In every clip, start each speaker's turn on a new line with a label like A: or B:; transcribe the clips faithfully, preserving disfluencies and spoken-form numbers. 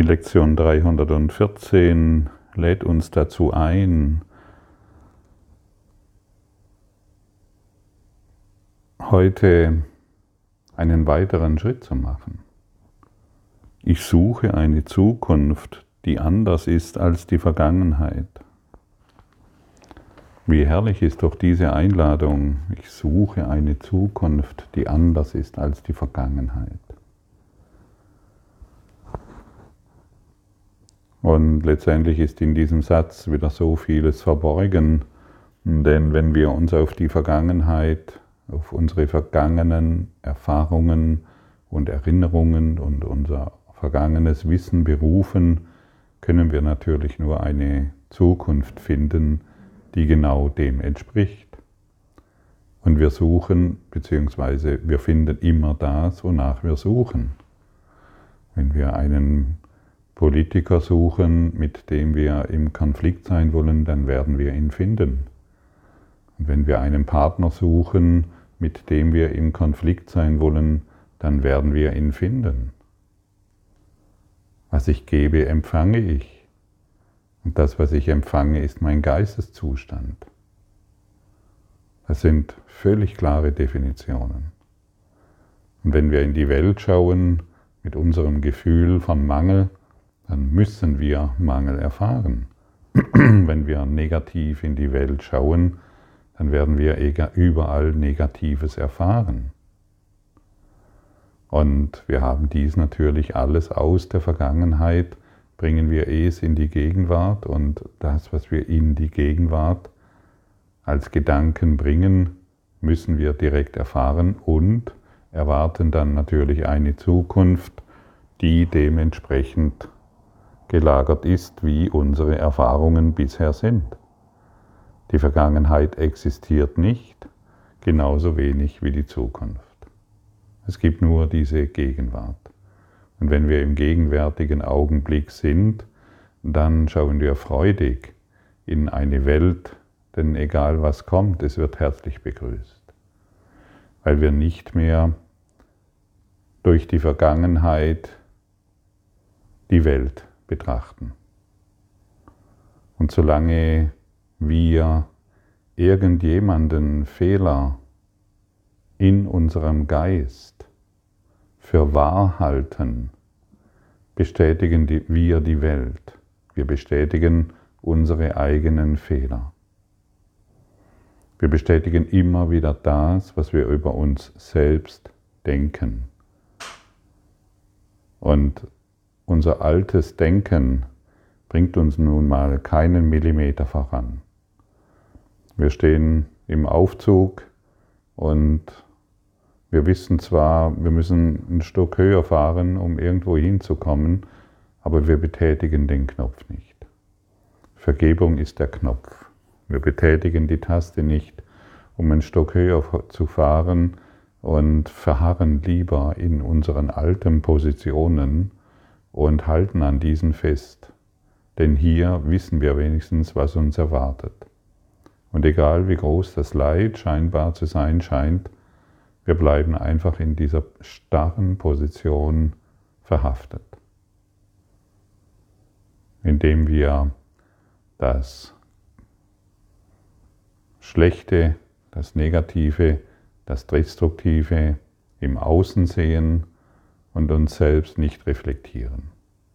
A: Die Lektion dreihundertvierzehn lädt uns dazu ein, heute einen weiteren Schritt zu machen. Ich suche eine Zukunft, die anders ist als die Vergangenheit. Wie herrlich ist doch diese Einladung. Ich suche eine Zukunft, die anders ist als die Vergangenheit. Und letztendlich ist in diesem Satz wieder so vieles verborgen, denn wenn wir uns auf die Vergangenheit, auf unsere vergangenen Erfahrungen und Erinnerungen und unser vergangenes Wissen berufen, können wir natürlich nur eine Zukunft finden, die genau dem entspricht. Und wir suchen, beziehungsweise wir finden immer das, wonach wir suchen. Wenn wir einen Politiker suchen, mit dem wir im Konflikt sein wollen, dann werden wir ihn finden. Und wenn wir einen Partner suchen, mit dem wir im Konflikt sein wollen, dann werden wir ihn finden. Was ich gebe, empfange ich. Und das, was ich empfange, ist mein Geisteszustand. Das sind völlig klare Definitionen. Und wenn wir in die Welt schauen, mit unserem Gefühl von Mangel, dann müssen wir Mangel erfahren. Wenn wir negativ in die Welt schauen, dann werden wir überall Negatives erfahren. Und wir haben dies natürlich alles aus der Vergangenheit, bringen wir es in die Gegenwart, und das, was wir in die Gegenwart als Gedanken bringen, müssen wir direkt erfahren und erwarten dann natürlich eine Zukunft, die dementsprechend gelagert ist, wie unsere Erfahrungen bisher sind. Die Vergangenheit existiert nicht, genauso wenig wie die Zukunft. Es gibt nur diese Gegenwart. Und wenn wir im gegenwärtigen Augenblick sind, dann schauen wir freudig in eine Welt, denn egal was kommt, es wird herzlich begrüßt. Weil wir nicht mehr durch die Vergangenheit die Welt betrachten. Und solange wir irgendjemanden Fehler in unserem Geist für wahr halten, bestätigen wir die Welt. Wir bestätigen unsere eigenen Fehler. Wir bestätigen immer wieder das, was wir über uns selbst denken. Und unser altes Denken bringt uns nun mal keinen Millimeter voran. Wir stehen im Aufzug und wir wissen zwar, wir müssen ein Stück höher fahren, um irgendwo hinzukommen, aber wir betätigen den Knopf nicht. Vergebung ist der Knopf. Wir betätigen die Taste nicht, um ein Stück höher zu fahren, und verharren lieber in unseren alten Positionen und halten an diesen fest. Denn hier wissen wir wenigstens, was uns erwartet. Und egal wie groß das Leid scheinbar zu sein scheint, wir bleiben einfach in dieser starren Position verhaftet, indem wir das Schlechte, das Negative, das Destruktive im Außen sehen und uns selbst nicht reflektieren.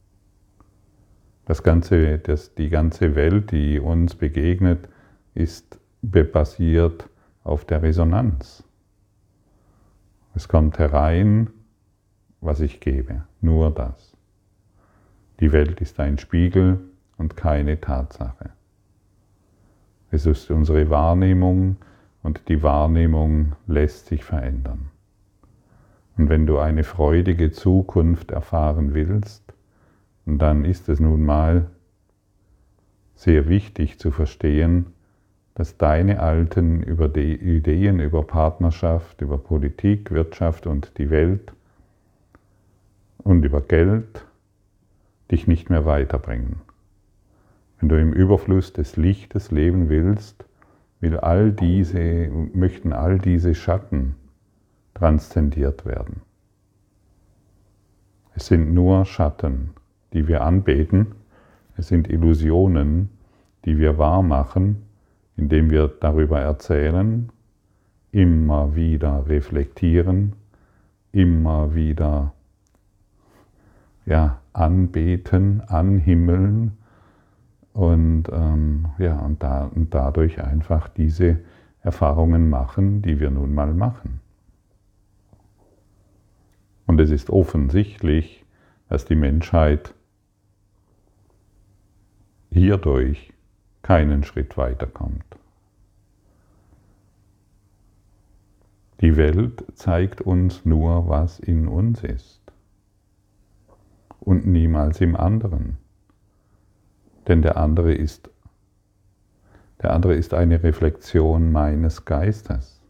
A: Das ganze, das, die ganze Welt, die uns begegnet, ist basiert auf der Resonanz. Es kommt herein, was ich gebe, nur das. Die Welt ist ein Spiegel und keine Tatsache. Es ist unsere Wahrnehmung, und die Wahrnehmung lässt sich verändern. Und wenn du eine freudige Zukunft erfahren willst, dann ist es nun mal sehr wichtig zu verstehen, dass deine alten Ideen über Partnerschaft, über Politik, Wirtschaft und die Welt und über Geld dich nicht mehr weiterbringen. Wenn du im Überfluss des Lichtes leben willst, will all diese, möchten all diese Schatten transzendiert werden. Es sind nur Schatten, die wir anbeten. Es sind Illusionen, die wir wahr machen, indem wir darüber erzählen, immer wieder reflektieren, immer wieder ja, anbeten, anhimmeln und, ähm, ja, und, da, und dadurch einfach diese Erfahrungen machen, die wir nun mal machen. Und es ist offensichtlich, dass die Menschheit hierdurch keinen Schritt weiterkommt. Die Welt zeigt uns nur, was in uns ist und niemals im anderen. Denn der andere ist, der andere ist eine Reflexion meines Geistes.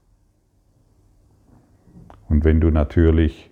A: Und wenn du natürlich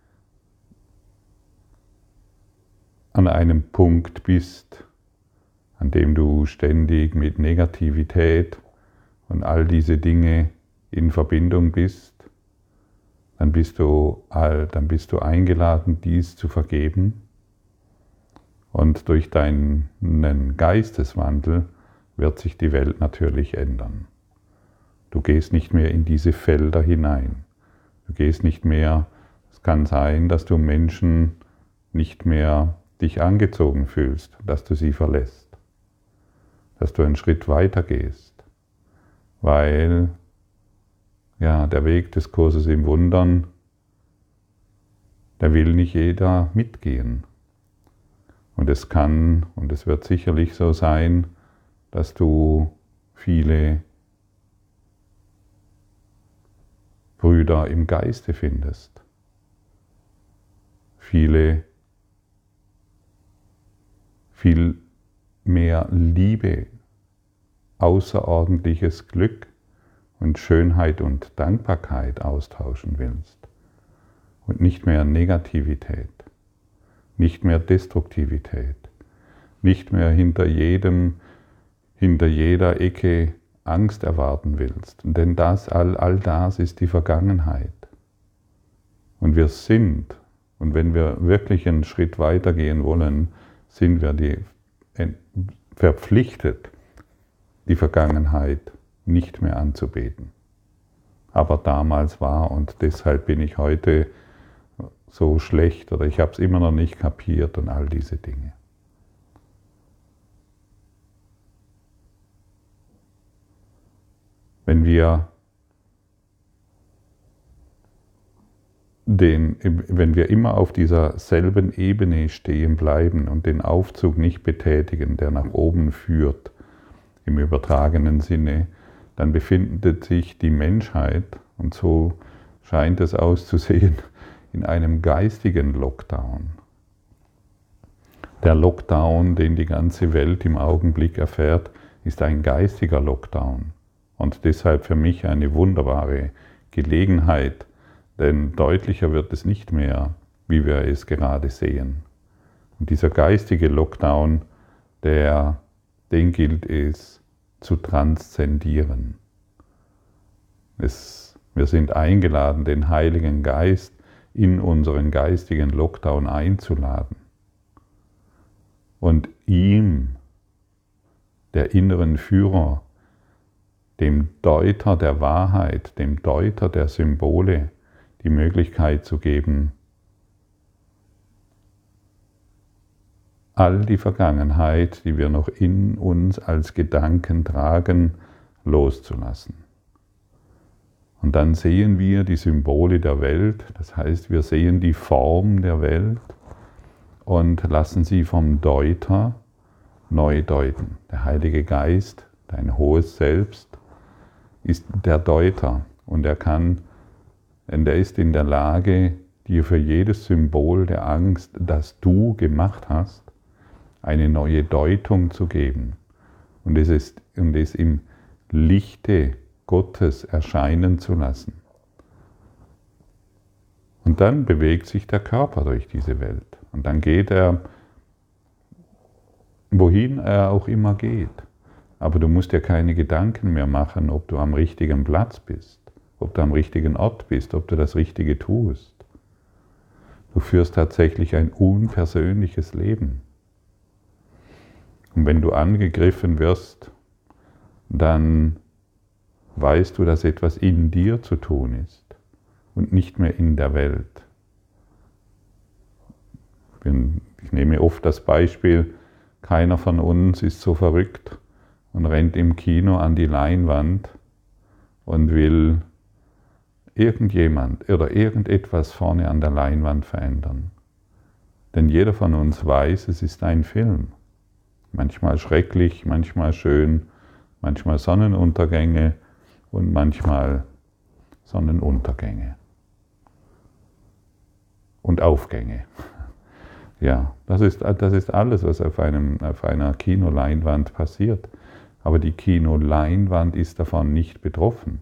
A: an einem Punkt bist, an dem du ständig mit Negativität und all diese Dinge in Verbindung bist, dann bist du, dann bist du eingeladen, dies zu vergeben. Und durch deinen Geisteswandel wird sich die Welt natürlich ändern. Du gehst nicht mehr in diese Felder hinein. Du gehst nicht mehr, es kann sein, dass du Menschen nicht mehr dich angezogen fühlst, dass du sie verlässt, dass du einen Schritt weiter gehst, weil ja, der Weg des Kurses im Wundern, da will nicht jeder mitgehen. Und es kann, und es wird sicherlich so sein, dass du viele Brüder im Geiste findest, viele, viel mehr Liebe, außerordentliches Glück und Schönheit und Dankbarkeit austauschen willst und nicht mehr Negativität, nicht mehr Destruktivität, nicht mehr hinter jedem, hinter jeder Ecke Angst erwarten willst. Denn das, all, all das ist die Vergangenheit. Und wir sind, und wenn wir wirklich einen Schritt weitergehen wollen, sind wir die, verpflichtet, die Vergangenheit nicht mehr anzubeten. Aber damals war, und deshalb bin ich heute so schlecht oder ich habe es immer noch nicht kapiert und all diese Dinge. Wenn wir, den, wenn wir immer auf dieser selben Ebene stehen bleiben und den Aufzug nicht betätigen, der nach oben führt, im übertragenen Sinne, dann befindet sich die Menschheit, und so scheint es auszusehen, in einem geistigen Lockdown. Der Lockdown, den die ganze Welt im Augenblick erfährt, ist ein geistiger Lockdown. Und deshalb für mich eine wunderbare Gelegenheit, denn deutlicher wird es nicht mehr, wie wir es gerade sehen. Und dieser geistige Lockdown, der, den gilt es zu transzendieren. Es, wir sind eingeladen, den Heiligen Geist in unseren geistigen Lockdown einzuladen und ihm, der inneren Führer, dem Deuter der Wahrheit, dem Deuter der Symbole, die Möglichkeit zu geben, all die Vergangenheit, die wir noch in uns als Gedanken tragen, loszulassen. Und dann sehen wir die Symbole der Welt, das heißt, wir sehen die Form der Welt und lassen sie vom Deuter neu deuten. Der Heilige Geist, dein hohes Selbst, ist der Deuter und er kann, und er ist in der Lage, dir für jedes Symbol der Angst, das du gemacht hast, eine neue Deutung zu geben und es, ist, und es im Lichte Gottes erscheinen zu lassen. Und dann bewegt sich der Körper durch diese Welt und dann geht er, wohin er auch immer geht. Aber du musst dir keine Gedanken mehr machen, ob du am richtigen Platz bist, ob du am richtigen Ort bist, ob du das Richtige tust. Du führst tatsächlich ein unpersönliches Leben. Und wenn du angegriffen wirst, dann weißt du, dass etwas in dir zu tun ist und nicht mehr in der Welt. Ich nehme oft das Beispiel, keiner von uns ist so verrückt und rennt im Kino an die Leinwand und will irgendjemand oder irgendetwas vorne an der Leinwand verändern. Denn jeder von uns weiß, es ist ein Film. Manchmal schrecklich, manchmal schön, manchmal Sonnenuntergänge und manchmal Sonnenuntergänge. Und Aufgänge. Ja, das ist, das ist alles, was auf, einem, auf einer Kinoleinwand passiert. Aber die Kinoleinwand ist davon nicht betroffen.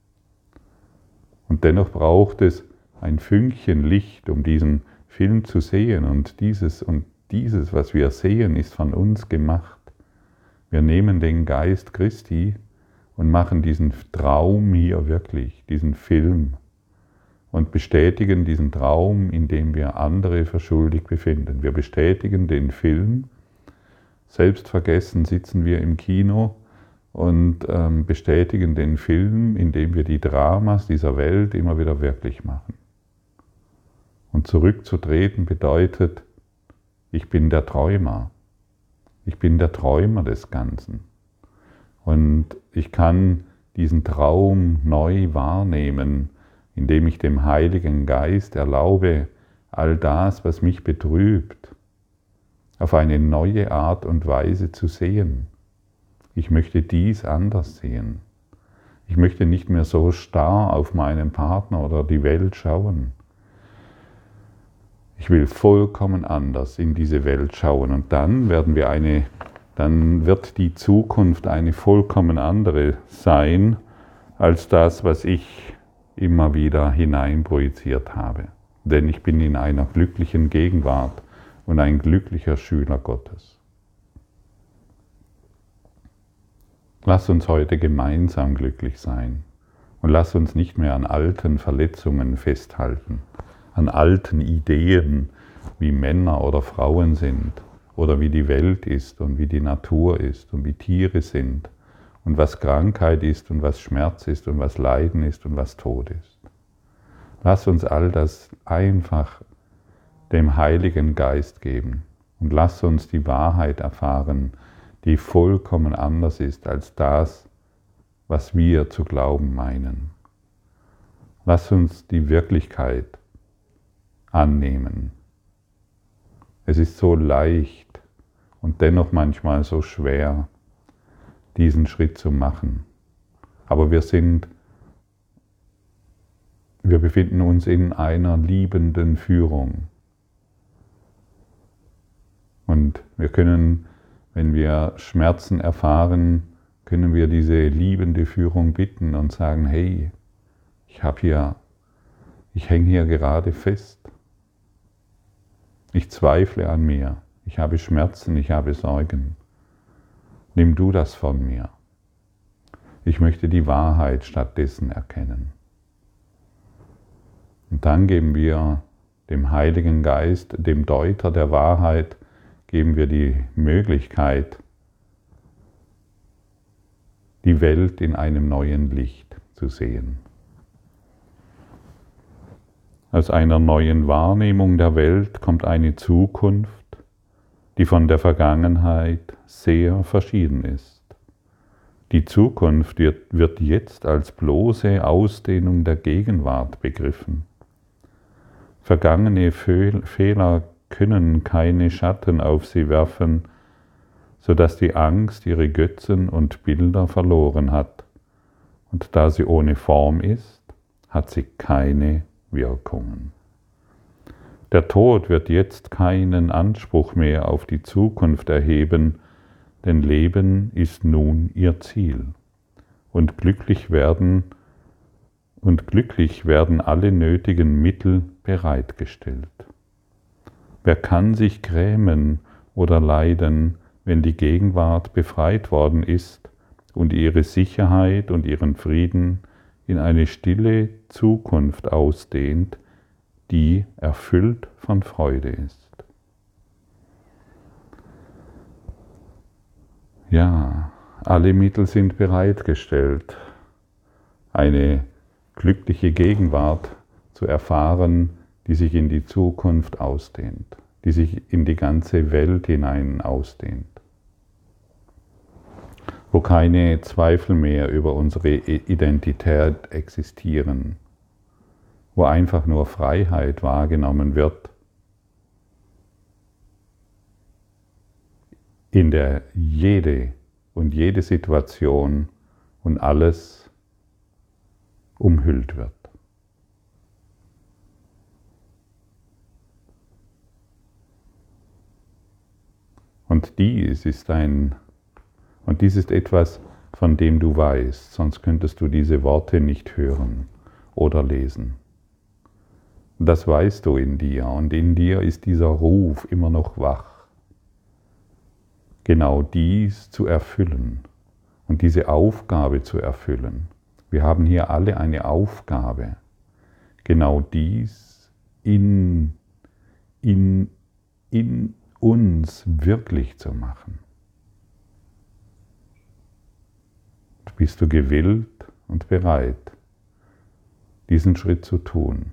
A: Und dennoch braucht es ein Fünkchen Licht, um diesen Film zu sehen. Und dieses, und dieses, was wir sehen, ist von uns gemacht. Wir nehmen den Geist Christi und machen diesen Traum hier wirklich, diesen Film, und bestätigen diesen Traum, indem wir andere für schuldig befinden. Wir bestätigen den Film, selbstvergessen sitzen wir im Kino und ähm, bestätigen den Film, indem wir die Dramas dieser Welt immer wieder wirklich machen. Und zurückzutreten bedeutet, ich bin der Träumer. Ich bin der Träumer des Ganzen. Und ich kann diesen Traum neu wahrnehmen, indem ich dem Heiligen Geist erlaube, all das, was mich betrübt, auf eine neue Art und Weise zu sehen. Ich möchte dies anders sehen. Ich möchte nicht mehr so starr auf meinen Partner oder die Welt schauen. Ich will vollkommen anders in diese Welt schauen und dann werden wir eine, dann wird die Zukunft eine vollkommen andere sein als das, was ich immer wieder hineinprojiziert habe. Denn ich bin in einer glücklichen Gegenwart und ein glücklicher Schüler Gottes. Lass uns heute gemeinsam glücklich sein und lass uns nicht mehr an alten Verletzungen festhalten, an alten Ideen, wie Männer oder Frauen sind oder wie die Welt ist und wie die Natur ist und wie Tiere sind und was Krankheit ist und was Schmerz ist und was Leiden ist und was Tod ist. Lass uns all das einfach dem Heiligen Geist geben und lass uns die Wahrheit erfahren, die vollkommen anders ist als das, was wir zu glauben meinen. Lass uns die Wirklichkeit annehmen. Es ist so leicht und dennoch manchmal so schwer, diesen Schritt zu machen. Aber wir sind, wir befinden uns in einer liebenden Führung. Und wir können, wenn wir Schmerzen erfahren, können wir diese liebende Führung bitten und sagen, hey, ich habe hier, ich hänge hier gerade fest. Ich zweifle an mir. Ich habe Schmerzen, ich habe Sorgen. Nimm du das von mir. Ich möchte die Wahrheit stattdessen erkennen. Und dann geben wir dem Heiligen Geist, dem Deuter der Wahrheit, geben wir die Möglichkeit, die Welt in einem neuen Licht zu sehen. Aus einer neuen Wahrnehmung der Welt kommt eine Zukunft, die von der Vergangenheit sehr verschieden ist. Die Zukunft wird, wird jetzt als bloße Ausdehnung der Gegenwart begriffen. Vergangene Fehler können keine Schatten auf sie werfen, sodass die Angst ihre Götzen und Bilder verloren hat. Und da sie ohne Form ist, hat sie keine Wirkungen. Der Tod wird jetzt keinen Anspruch mehr auf die Zukunft erheben, denn Leben ist nun ihr Ziel. Und glücklich werden, und glücklich werden alle nötigen Mittel bereitgestellt. Wer kann sich grämen oder leiden, wenn die Gegenwart befreit worden ist und ihre Sicherheit und ihren Frieden in eine stille Zukunft ausdehnt, die erfüllt von Freude ist. Ja, alle Mittel sind bereitgestellt, eine glückliche Gegenwart zu erfahren, die sich in die Zukunft ausdehnt, die sich in die ganze Welt hinein ausdehnt, wo keine Zweifel mehr über unsere Identität existieren, wo einfach nur Freiheit wahrgenommen wird, in der jede und jede Situation und alles umhüllt wird. Und dies ist ein, und dies ist etwas, von dem du weißt, sonst könntest du diese Worte nicht hören oder lesen. Das weißt du in dir, und in dir ist dieser Ruf immer noch wach, genau dies zu erfüllen und diese Aufgabe zu erfüllen. Wir haben hier alle eine Aufgabe, genau dies in, in, in uns wirklich zu machen. Bist du gewillt und bereit, diesen Schritt zu tun?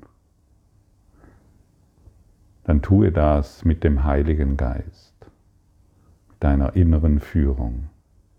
A: Dann tue das mit dem Heiligen Geist, mit deiner inneren Führung.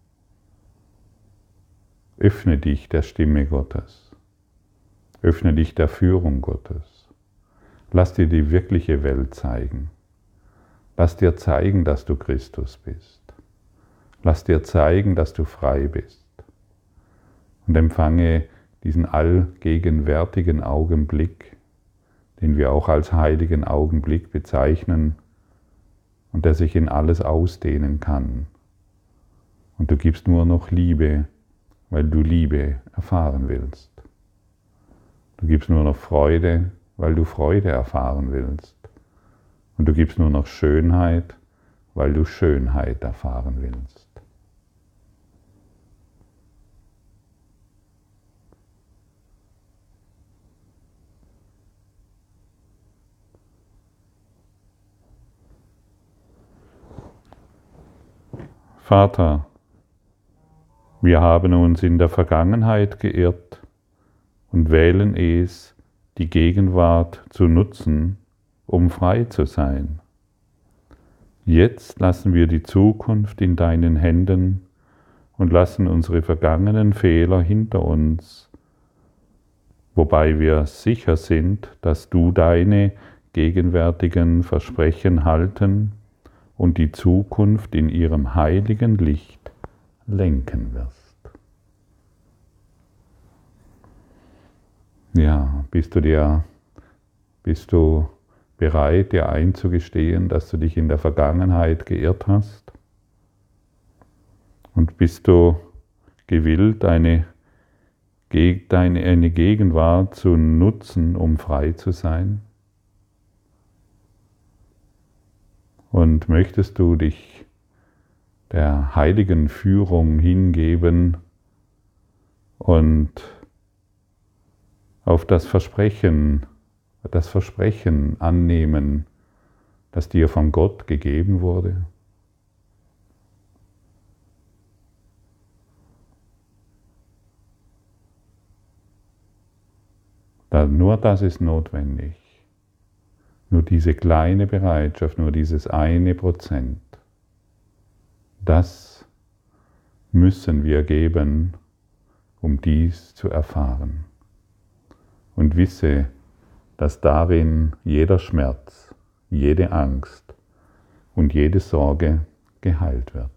A: Öffne dich der Stimme Gottes. Öffne dich der Führung Gottes. Lass dir die wirkliche Welt zeigen. Lass dir zeigen, dass du Christus bist. Lass dir zeigen, dass du frei bist. Und empfange diesen allgegenwärtigen Augenblick, den wir auch als heiligen Augenblick bezeichnen und der sich in alles ausdehnen kann. Und du gibst nur noch Liebe, weil du Liebe erfahren willst. Du gibst nur noch Freude, weil du Freude erfahren willst. Und du gibst nur noch Schönheit, weil du Schönheit erfahren willst. Vater, wir haben uns in der Vergangenheit geirrt und wählen es, die Gegenwart zu nutzen, um frei zu sein. Jetzt lassen wir die Zukunft in deinen Händen und lassen unsere vergangenen Fehler hinter uns, wobei wir sicher sind, dass du deine gegenwärtigen Versprechen halten und die Zukunft in ihrem heiligen Licht lenken wirst. Ja, bist du dir, bist du bereit, dir einzugestehen, dass du dich in der Vergangenheit geirrt hast? Und bist du gewillt, eine, eine, eine Gegenwart zu nutzen, um frei zu sein? Und möchtest du dich der heiligen Führung hingeben und auf das Versprechen, das Versprechen annehmen, das dir von Gott gegeben wurde? Nur das ist notwendig. Nur diese kleine Bereitschaft, nur dieses eine Prozent, das müssen wir geben, um dies zu erfahren. Und wisse, dass darin jeder Schmerz, jede Angst und jede Sorge geheilt wird.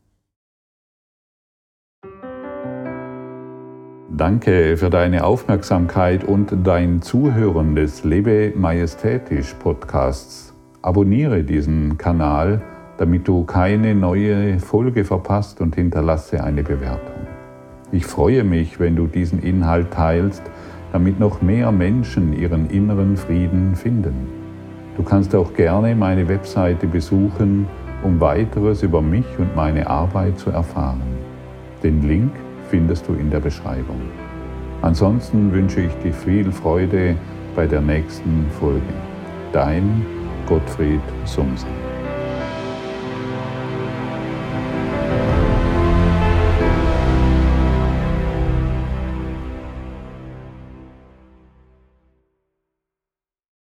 A: Danke für deine Aufmerksamkeit und dein Zuhören des Lebe Majestätisch Podcasts. Abonniere diesen Kanal, damit du keine neue Folge verpasst, und hinterlasse eine Bewertung. Ich freue mich, wenn du diesen Inhalt teilst, damit noch mehr Menschen ihren inneren Frieden finden. Du kannst auch gerne meine Webseite besuchen, um weiteres über mich und meine Arbeit zu erfahren. Den Link findest du in der Beschreibung. Ansonsten wünsche ich dir viel Freude bei der nächsten Folge. Dein Gottfried Sumsen.